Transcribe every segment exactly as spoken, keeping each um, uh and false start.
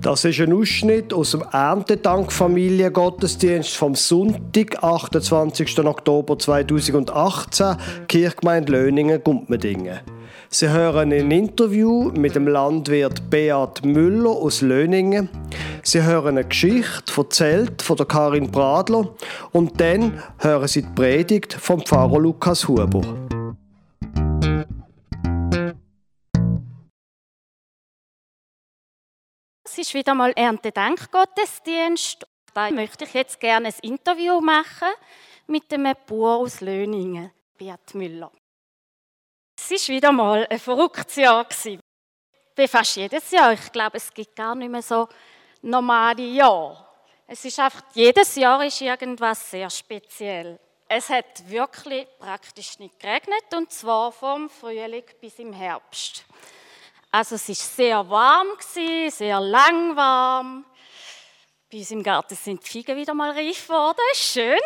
Das ist ein Ausschnitt aus dem Erntedank-Familiengottesdienst vom Sonntag, achtundzwanzigsten Oktober zweitausendachtzehn, Kirchgemeinde Löningen-Gumpmendingen. Sie hören ein Interview mit dem Landwirt Beat Müller aus Löningen. Sie hören eine Geschichte, erzählt von der Karin Bradler. Und dann hören Sie die Predigt vom Pfarrer Lukas Huber. Es ist wieder mal Erntedank-Gottesdienst. Da möchte ich jetzt gerne ein Interview machen mit dem Bauer aus Löningen, Beat Müller. Es war wieder mal ein verrücktes Jahr. Wie fast jedes Jahr. Ich glaube, es gibt gar nicht mehr so normale Jahre. Es ist einfach, jedes Jahr ist irgendwas sehr speziell. Es hat wirklich praktisch nicht geregnet, und zwar vom Frühling bis im Herbst. Also es war sehr warm, sehr lang warm. Bei uns im Garten sind die Feigen wieder mal reif geworden, schön.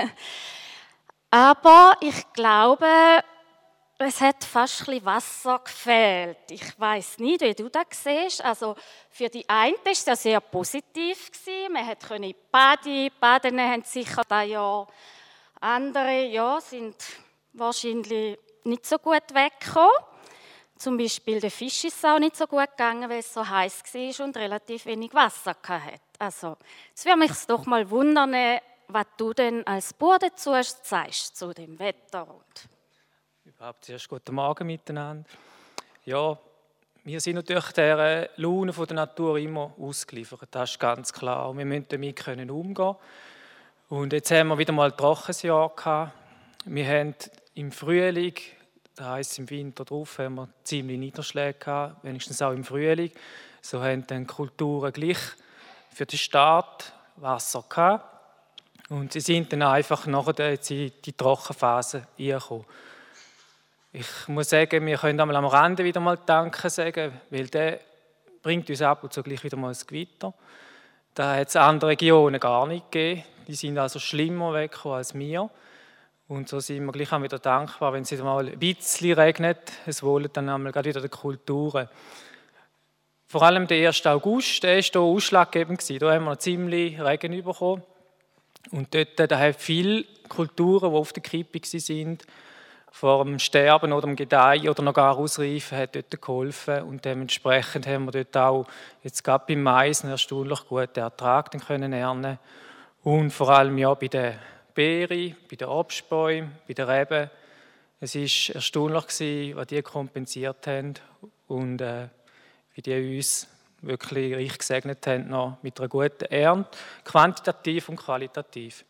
Aber ich glaube, es hat fast ein bisschen Wasser gefehlt. Ich weiss nicht, wie du das siehst. Also für die einen war es ja sehr positiv. Man konnte baden, baden haben sicher dieses Jahr. Andere ja, sind wahrscheinlich nicht so gut weggekommen. Zum Beispiel der Fisch ist auch nicht so gut gegangen, weil es so heiß war und relativ wenig Wasser hatte. Also, es würde mich doch mal wundern, was du denn als Bauer dazu sagst, zu dem Wetter. Überhaupt zuerst guten Morgen miteinander. Ja, wir sind natürlich der Laune der Natur immer ausgeliefert, das ist ganz klar. Wir müssen damit umgehen. Und jetzt haben wir wieder mal ein trockenes Jahr gehabt. Wir haben im Frühling, das heisst im Winter drauf, haben wir ziemlich Niederschläge gehabt, wenigstens auch im Frühling. So haben dann Kulturen gleich für den Start Wasser gehabt. Und sie sind dann einfach nachher in die Trockenphase reingekommen. Ich muss sagen, wir können einmal am Rande wieder mal Danke sagen, weil der bringt uns ab und zu gleich wieder mal ein Gewitter. Da hat es andere Regionen gar nicht gegeben. Die sind also schlimmer weggekommen als wir. Und so sind wir gleich auch wieder dankbar, wenn es wieder mal ein bisschen regnet. Es wollen dann einmal gerade wieder die Kulturen. Vor allem der erste August, der war hier ausschlaggebend. Da haben wir ziemlich Regen bekommen. Und dort da haben viele Kulturen, die auf der Kippe waren, vor dem Sterben oder dem Gedeihen oder noch gar ausreifen, hat dort geholfen. Und dementsprechend haben wir dort auch jetzt gerade beim Mais einen erstaunlich guten Ertrag können ernten. Und vor allem ja bei den Beeren, bei den Obstbäumen, bei den Reben. Es war erstaunlich, was die kompensiert haben und äh, wie die uns wirklich reich gesegnet haben noch mit einer guten Ernte, quantitativ und qualitativ.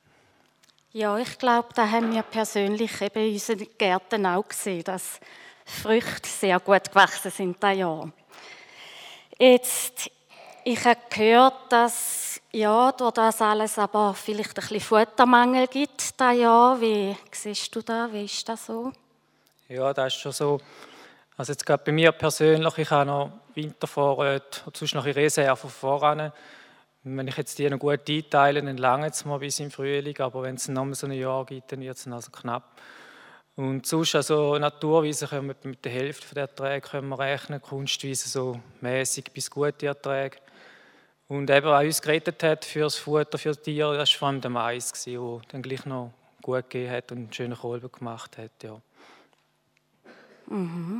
Ja, ich glaube, da haben wir persönlich eben in unseren Gärten auch gesehen, dass Früchte sehr gut gewachsen sind dieses Jahr. Jetzt, ich habe gehört, dass ja, durch das alles aber vielleicht ein bisschen Futtermangel gibt dieses Jahr. Wie siehst du das? Wie ist das so? Ja, das ist schon so. Also jetzt gerade bei mir persönlich, ich habe noch Wintervorräte und sonst noch in Reserve voran. Wenn ich jetzt die noch gut einteile, dann lange es mal bis im Frühling, aber wenn es noch mal so ein Jahr gibt, dann wird es also knapp. Und sonst, also naturweise können wir mit der Hälfte der Erträge können wir rechnen, kunstweise so mäßig bis gute Erträge. Und eben, was uns gerettet hat für das Futter, für die Tiere, das war vor allem der Mais, der dann gleich noch gut gegeben hat und einen schönen Kolben gemacht hat. Ja. Mhm.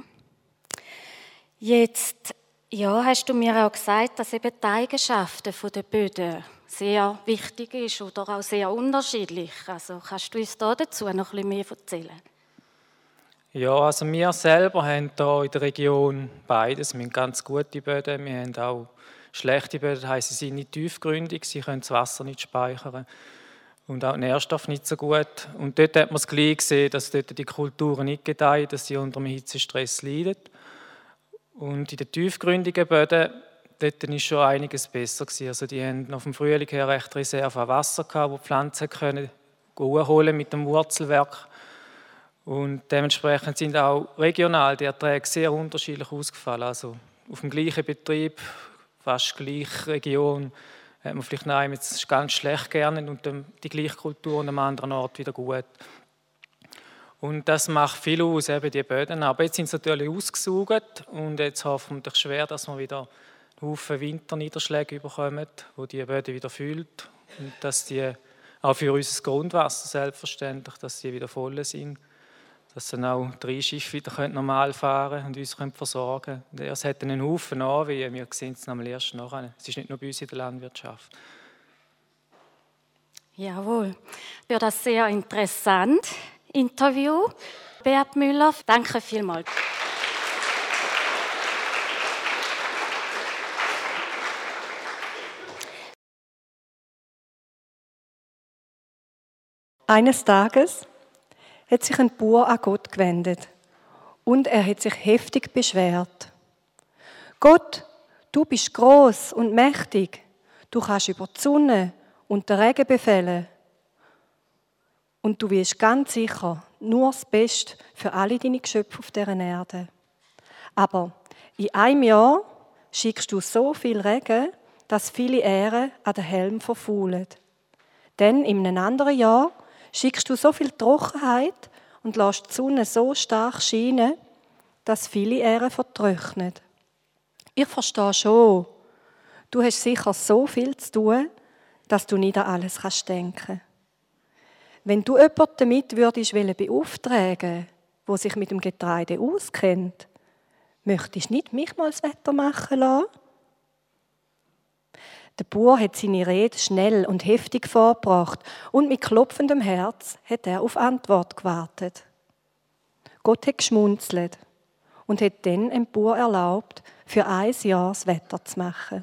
Jetzt ja, hast du mir auch gesagt, dass eben die Eigenschaften der Böden sehr wichtig ist oder auch sehr unterschiedlich. Also kannst du uns da dazu noch ein bisschen mehr erzählen? Ja, also wir selber haben hier in der Region beides. Wir haben ganz gute Böden, wir haben auch schlechte Böden, das heisst, sie sind nicht tiefgründig, sie können das Wasser nicht speichern und auch Nährstoffe nicht so gut. Und dort hat man es gleich gesehen, dass dort die Kulturen nicht gedeihen, dass sie unter dem Hitzestress leiden. Und in den tiefgründigen Böden, dort war schon einiges besser gewesen. Also die haben auf dem Frühling her recht Reserve an Wasser gehabt, wo die Pflanzen können holen mit dem Wurzelwerk. Und dementsprechend sind auch regional die Erträge sehr unterschiedlich ausgefallen. Also auf dem gleichen Betrieb, fast gleiche Region, hat man vielleicht nein, jetzt ganz schlecht geerntet und die gleiche Kultur an einem anderen Ort wieder gut. Und das macht viel aus, eben die Böden. Aber jetzt sind sie natürlich ausgesaugt und jetzt hoffen wir schwer, dass wir wieder Haufen Winterniederschläge bekommen, wo die Böden wieder füllt und dass die auch für unser Grundwasser selbstverständlich, dass die wieder voll sind, dass dann auch die Rheinschiffe wieder normal fahren und uns versorgen können. Es hat einen Haufen Anwehen, wir sehen es einmal erst nachher. Es ist nicht nur bei uns in der Landwirtschaft. Jawohl, für das sehr interessante Interview, Beat Müller. Danke vielmals. Eines Tages hat sich ein Bauer an Gott gewendet und er hat sich heftig beschwert. Gott, du bist groß und mächtig, du kannst über die Sonne und den Regen befehlen und du wirst ganz sicher nur das Beste für alle deine Geschöpfe auf dieser Erde. Aber in einem Jahr schickst du so viel Regen, dass viele Ähren an den Helm verfaulen. Dann in einem anderen Jahr schickst du so viel Trockenheit und lässt die Sonne so stark scheinen, dass viele Ähren vertrocknen. Ich verstehe schon, du hast sicher so viel zu tun, dass du nicht an alles kannst denken. Wenn du jemanden damit würdest beauftragen, der sich mit dem Getreide auskennt, möchtest du nicht mich mal das Wetter machen lassen? Der Bauer hat seine Rede schnell und heftig vorgebracht und mit klopfendem Herz hat er auf Antwort gewartet. Gott hat geschmunzelt und hat dann dem Bauer erlaubt, für ein Jahr das Wetter zu machen.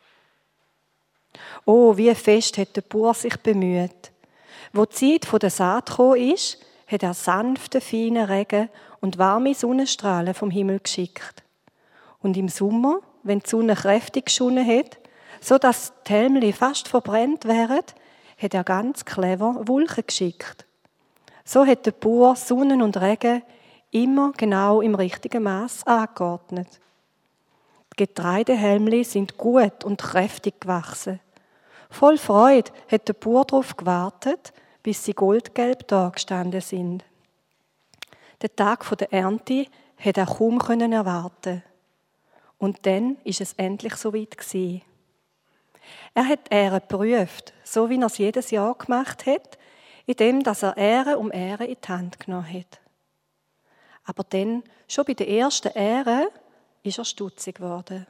Oh, wie fest hat der Bauer sich bemüht. Wo die Zeit der Saat gekommen ist, hat er sanfte, feine Regen und warme Sonnenstrahlen vom Himmel geschickt. Und im Sommer, wenn die Sonne kräftig geschonnen hat, so dass die Helmli fast verbrennt wären, hat er ganz clever Wolken geschickt. So hat der Bauer Sonne und Regen immer genau im richtigen Maß angeordnet. Die Getreidehelmli sind gut und kräftig gewachsen. Voll Freude hat der Bauer darauf gewartet, bis sie goldgelb dagestanden sind. Den Tag der Ernte hat er kaum erwarten. Und dann ist es endlich soweit gewesen. Er hat Ähren geprüft, so wie er es jedes Jahr gemacht hat, indem er Ähren um Ähren in die Hand genommen hat. Aber dann, schon bei den ersten Ähren, ist er stutzig geworden.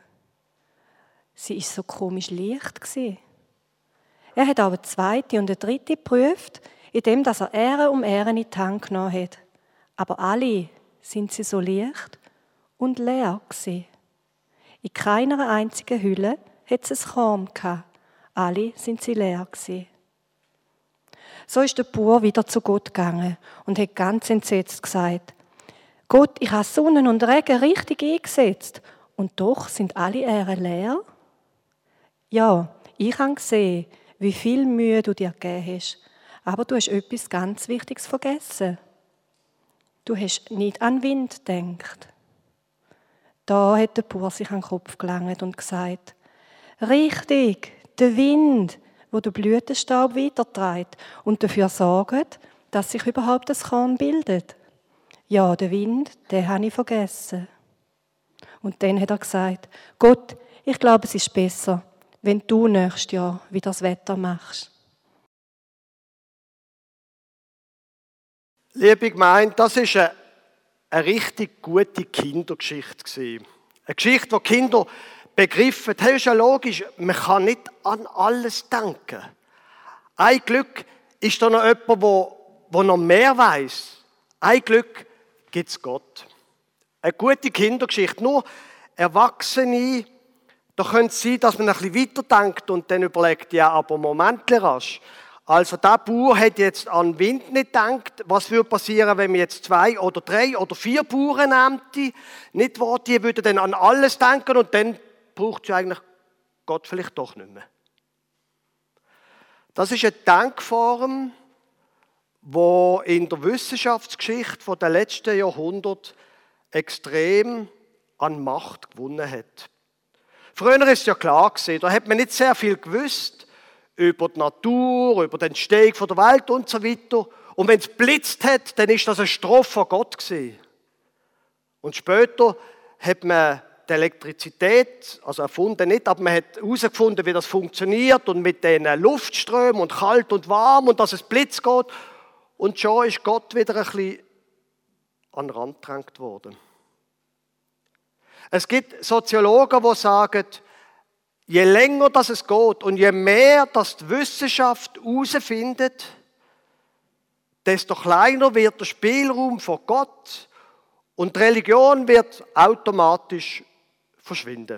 Sie war so komisch leicht gewesen. Er hat auch eine zweite und eine dritte geprüft, indem er Ähren um Ähren in die Hand genommen hat. Aber alle sind sie so leicht und leer gewesen. In keiner einzigen Hülle hat es ein Korn gehabt. Alle sind sie leer gewesen. So ist der Bauer wieder zu Gott gegangen und hat ganz entsetzt gesagt: Gott, ich habe Sonne und Regen richtig eingesetzt und doch sind alle Ähren leer. Ja, ich habe gesehen, wie viel Mühe du dir gegeben hast, aber du hast etwas ganz Wichtiges vergessen. Du hast nicht an Wind gedacht. Da hat der Bauer sich an den Kopf gelangt und gesagt: Richtig, der Wind, wo den Blütenstaub weiterträgt und dafür sorgt, dass sich überhaupt das Korn bildet. Ja, der Wind, den habe ich vergessen. Und dann hat er gesagt: Gott, ich glaube, es ist besser, wenn du nächstes Jahr wieder das Wetter machst. Liebe Gemeinde, das war eine, eine richtig gute Kindergeschichte. Eine Geschichte, die Kinder begriffen. Das ist ja logisch, man kann nicht an alles denken. Ein Glück ist da noch jemand, der, der noch mehr weiss. Ein Glück gibt es Gott. Eine gute Kindergeschichte. Nur Erwachsene, da könnte es sein, dass man ein bisschen weiterdenkt und dann überlegt, ja, aber Moment rasch. Also der Bauer hat jetzt an den Wind nicht gedacht, was würde passieren, wenn wir jetzt zwei oder drei oder vier Bauern nehmen. Nicht wahr, die würden dann an alles denken und dann braucht es eigentlich Gott vielleicht doch nicht mehr. Das ist eine Denkform, die in der Wissenschaftsgeschichte der letzten Jahrhunderte extrem an Macht gewonnen hat. Früher ist es ja klar gewesen, da hat man nicht sehr viel gewusst über die Natur, über den Entstehung der Welt und so weiter. Und wenn es blitzt hat, dann ist das eine Strophe von Gott gewesen. Und später hat man die Elektrizität, also erfunden nicht, aber man hat herausgefunden, wie das funktioniert und mit den Luftströmen und kalt und warm und dass es Blitz geht. Und schon ist Gott wieder ein bisschen an den Rand gedrängt worden. Es gibt Soziologen, die sagen, je länger das es geht und je mehr das die Wissenschaft herausfindet, desto kleiner wird der Spielraum von Gott und die Religion wird automatisch verschwinden.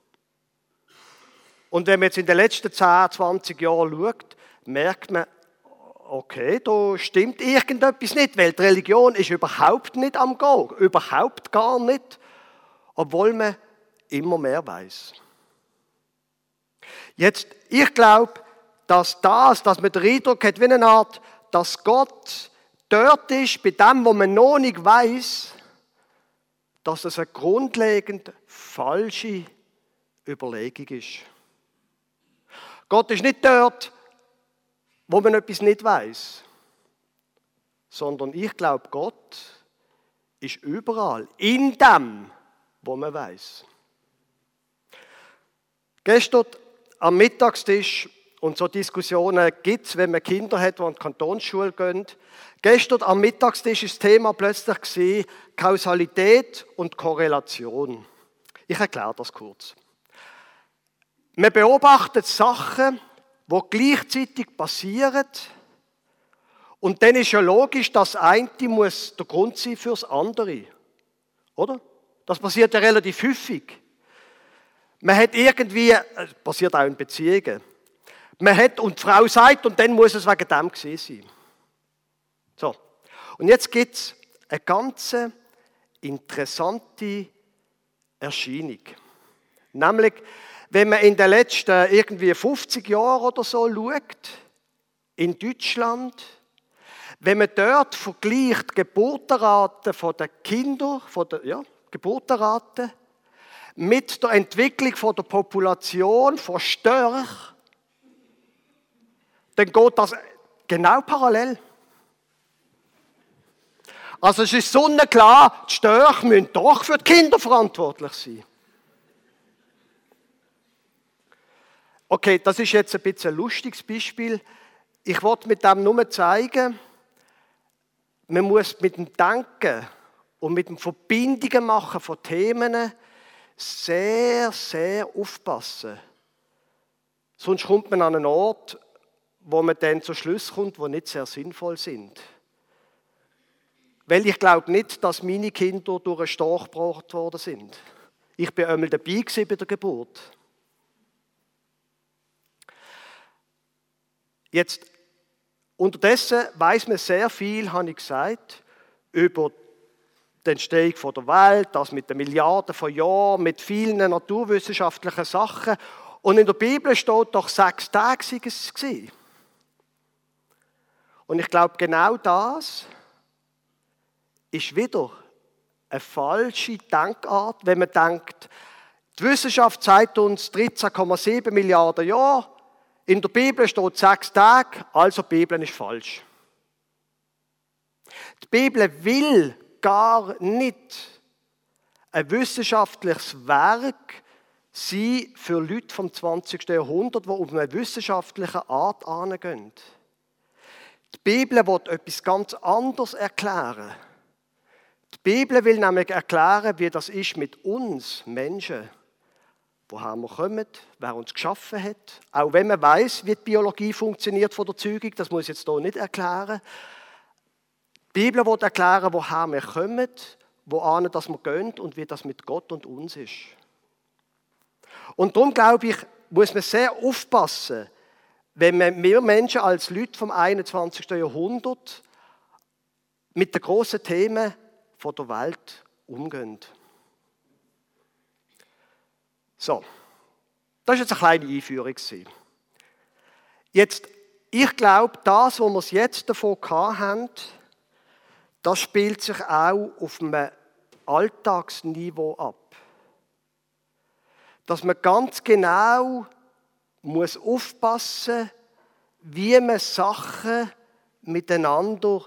Und wenn man jetzt in den letzten zehn, zwanzig Jahren schaut, merkt man, okay, da stimmt irgendetwas nicht, weil die Religion ist überhaupt nicht am Gehen, überhaupt gar nicht, obwohl man immer mehr weiß. Jetzt, ich glaube, dass das, dass man den Eindruck hat, wie eine Art, dass Gott dort ist, bei dem, wo man noch nicht weiß, dass es eine grundlegend falsche Überlegung ist. Gott ist nicht dort, wo man etwas nicht weiß, sondern ich glaube, Gott ist überall, in dem, wo man weiß. Gestern am Mittagstisch, und so Diskussionen gibt es, wenn man Kinder hat, die an die Kantonsschule gehen. Gestern am Mittagstisch war das Thema plötzlich gewesen, Kausalität und Korrelation. Ich erkläre das kurz. Man beobachtet Sachen, die gleichzeitig passieren. Und dann ist ja logisch, dass das eine muss der Grund sein für das andere. Oder? Das passiert ja relativ häufig. Man hat irgendwie, das passiert auch in Beziehungen, man hat, und die Frau sagt, und dann muss es wegen dem gewesen sein. So. Und jetzt gibt es eine ganz interessante Erscheinung. Nämlich, wenn man in den letzten irgendwie fünfzig Jahren oder so schaut, in Deutschland, wenn man dort vergleicht die Geburtenrate der Kinder, von der, ja, Geburtenrate, mit der Entwicklung der Population von Störchen, dann geht das genau parallel. Also es ist sonnenklar, die Störche müssen doch für die Kinder verantwortlich sein. Okay, das ist jetzt ein bisschen ein lustiges Beispiel. Ich wollte mit dem nur zeigen, man muss mit dem Denken und mit dem Verbindungen machen von Themen sehr, sehr aufpassen. Sonst kommt man an einen Ort, wo man dann zu Schluss kommt, die nicht sehr sinnvoll sind. Weil ich glaube nicht, dass meine Kinder durch einen Storch gebracht worden sind. Ich war einmal dabei bei der Geburt. Jetzt, unterdessen weiss man sehr viel, habe ich gesagt, über die Entstehung der Welt, das mit den Milliarden von Jahren, mit vielen naturwissenschaftlichen Sachen. Und in der Bibel steht doch, sechs Tage sei es gewesen. Und ich glaube, genau das ist wieder eine falsche Denkart, wenn man denkt, die Wissenschaft sagt uns dreizehn Komma sieben Milliarden Jahre, in der Bibel steht sechs Tage, also die Bibel ist falsch. Die Bibel will gar nicht ein wissenschaftliches Werk sein für Leute vom zwanzigsten Jahrhundert, die auf eine wissenschaftliche Art herangehen. Die Bibel will etwas ganz anderes erklären. Die Bibel will nämlich erklären, wie das ist mit uns Menschen. Woher wir kommen, wer uns geschaffen hat. Auch wenn man weiß, wie die Biologie funktioniert von der Zeugung, das muss ich jetzt hier nicht erklären. Die Bibel will erklären, woher wir kommen, wohin dass wir gehen und wie das mit Gott und uns ist. Und darum, glaube ich, muss man sehr aufpassen, wenn wir Menschen als Leute vom einundzwanzigsten Jahrhundert mit den grossen Themen von der Welt umgehen. So, das war jetzt eine kleine Einführung. Jetzt, ich glaube, das, was wir jetzt davon hatten, das spielt sich auch auf einem Alltagsniveau ab. Dass man ganz genau muss aufpassen, wie man Sachen miteinander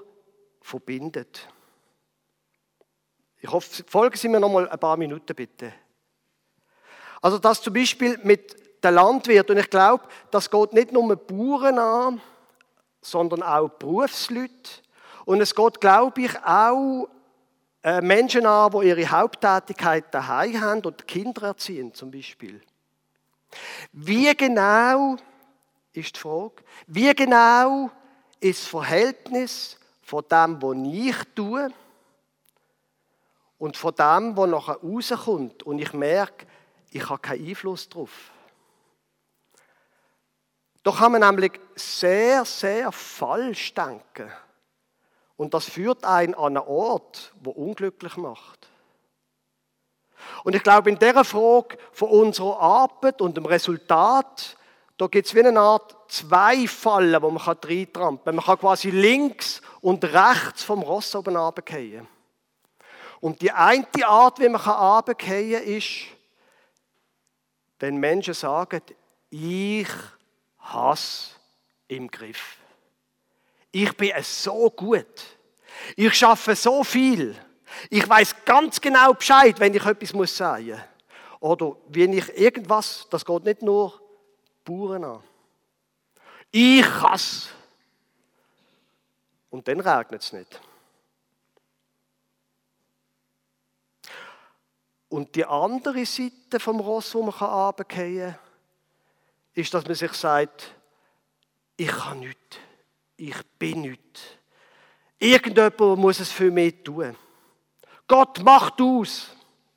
verbindet. Ich hoffe, folgen Sie mir noch mal ein paar Minuten, bitte. Also das zum Beispiel mit den Landwirten. Und ich glaube, das geht nicht nur Bauern an, sondern auch Berufsleute. Und es geht, glaube ich, auch äh, Menschen an, die ihre Haupttätigkeit daheim haben und Kinder erziehen zum Beispiel. Wie genau, ist die Frage, wie genau ist das Verhältnis von dem, was ich tue, und von dem, was nachher rauskommt und ich merke, ich habe keinen Einfluss darauf. Da kann man nämlich sehr, sehr falsch denken. Und das führt einen an einen Ort, der unglücklich macht. Und ich glaube, in dieser Frage von unserer Arbeit und dem Resultat, da gibt es wie eine Art zwei Fallen, wo man reintrampeln kann. Man kann quasi links und rechts vom Ross oben runterfallen. Und die eine Art, wie man runterfallen kann, ist, wenn Menschen sagen, ich habe es im Griff. Ich bin so gut. Ich schaffe so viel. Ich weiß ganz genau Bescheid, wenn ich etwas sagen muss. Oder wenn ich irgendwas, das geht nicht nur Bauern an. Ich kann es. Und dann regnet es nicht. Und die andere Seite vom Ross, wo man runterfallen kann, ist, dass man sich sagt, ich kann nichts, ich bin nichts. Irgendjemand muss es für mich tun. Gott macht aus.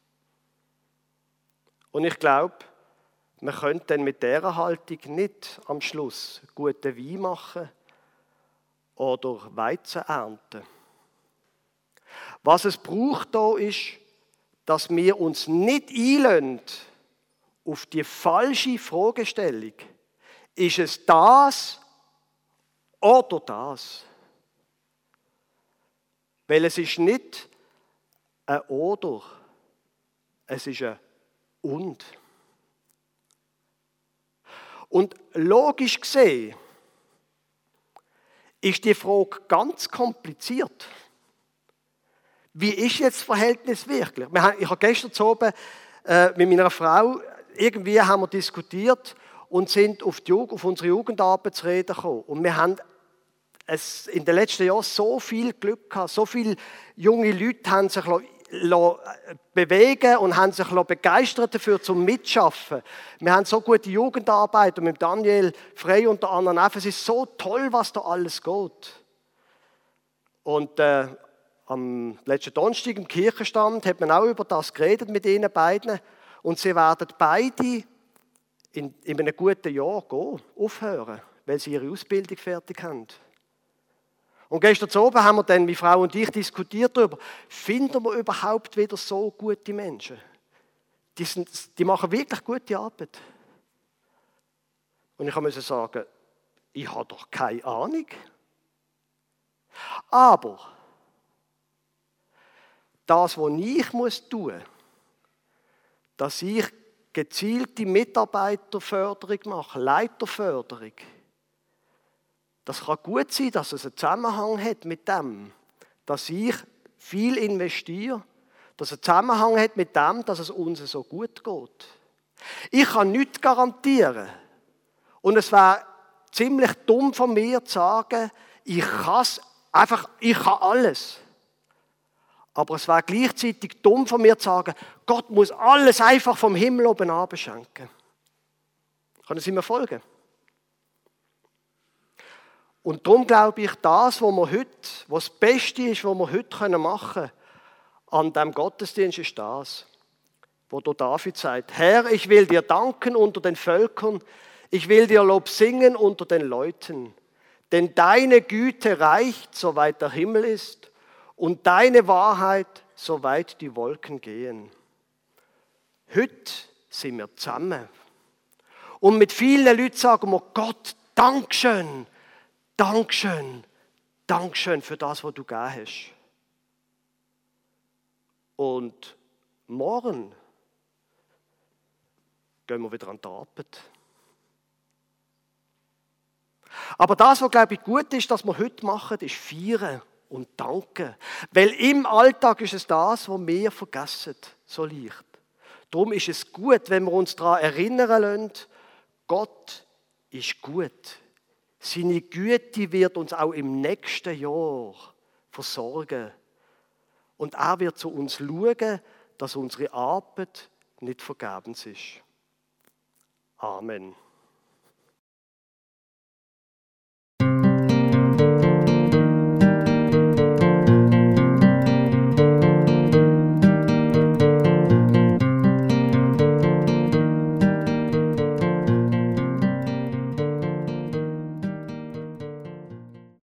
Und ich glaube, man könnte dann mit dieser Haltung nicht am Schluss guten Wein machen oder Weizen ernten. Was es braucht hier ist, dass wir uns nicht einlassen auf die falsche Fragestellung. Ist es das oder das? Weil es ist nicht ein Oder, es ist ein Und. Und logisch gesehen ist die Frage ganz kompliziert. Wie ist jetzt das Verhältnis wirklich? Ich habe gestern oben äh, mit meiner Frau, irgendwie haben wir diskutiert und sind auf, die Jugend, auf unsere Jugendarbeit zu reden gekommen. Und wir haben es in den letzten Jahren so viel Glück gehabt, so viele junge Leute haben sich bewegen und haben sich begeistert dafür zum Mitschaffen. Wir haben so gute Jugendarbeit und mit Daniel Frey unter anderem auch. Es ist so toll, was da alles geht. Und äh, am letzten Donnerstag im Kirchenstand hat man auch über das geredet mit ihnen beiden. Und sie werden beide in, in einem guten Jahr gehen, aufhören, weil sie ihre Ausbildung fertig haben. Und gestern Abend haben wir dann, meine Frau und ich, diskutiert darüber, finden wir überhaupt wieder so gute Menschen? Die, sind, die machen wirklich gute Arbeit. Und ich musste sagen, ich habe doch keine Ahnung. Aber das, was ich tun muss, dass ich gezielte Mitarbeiterförderung mache, Leiterförderung, das kann gut sein, dass es einen Zusammenhang hat mit dem, dass ich viel investiere, dass es einen Zusammenhang hat mit dem, dass es uns so gut geht. Ich kann nichts garantieren. Und es wäre ziemlich dumm von mir zu sagen, ich kann es einfach, ich kann alles. Aber es wäre gleichzeitig dumm von mir zu sagen, Gott muss alles einfach vom Himmel oben abschenken. Können Sie mir folgen? Und darum glaube ich, das, was wir heute, was das Beste ist, was wir heute machen können, an diesem Gottesdienst ist das, wo der David sagt, Herr, ich will dir danken unter den Völkern, ich will dir Lob singen unter den Leuten, denn deine Güte reicht, soweit der Himmel ist, und deine Wahrheit, soweit die Wolken gehen. Heute sind wir zusammen. Und mit vielen Leuten sagen wir, Gott, Dankeschön, Dankeschön, Dankeschön für das, was du gegeben hast. Und morgen gehen wir wieder an die Arbeit. Aber das, was, glaube ich, gut ist, dass wir heute machen, ist feiern und danken. Weil im Alltag ist es das, was wir vergessen, so leicht. Darum ist es gut, wenn wir uns daran erinnern lassen, Gott ist gut. Seine Güte wird uns auch im nächsten Jahr versorgen. Und er wird zu uns schauen, dass unsere Arbeit nicht vergebens ist. Amen.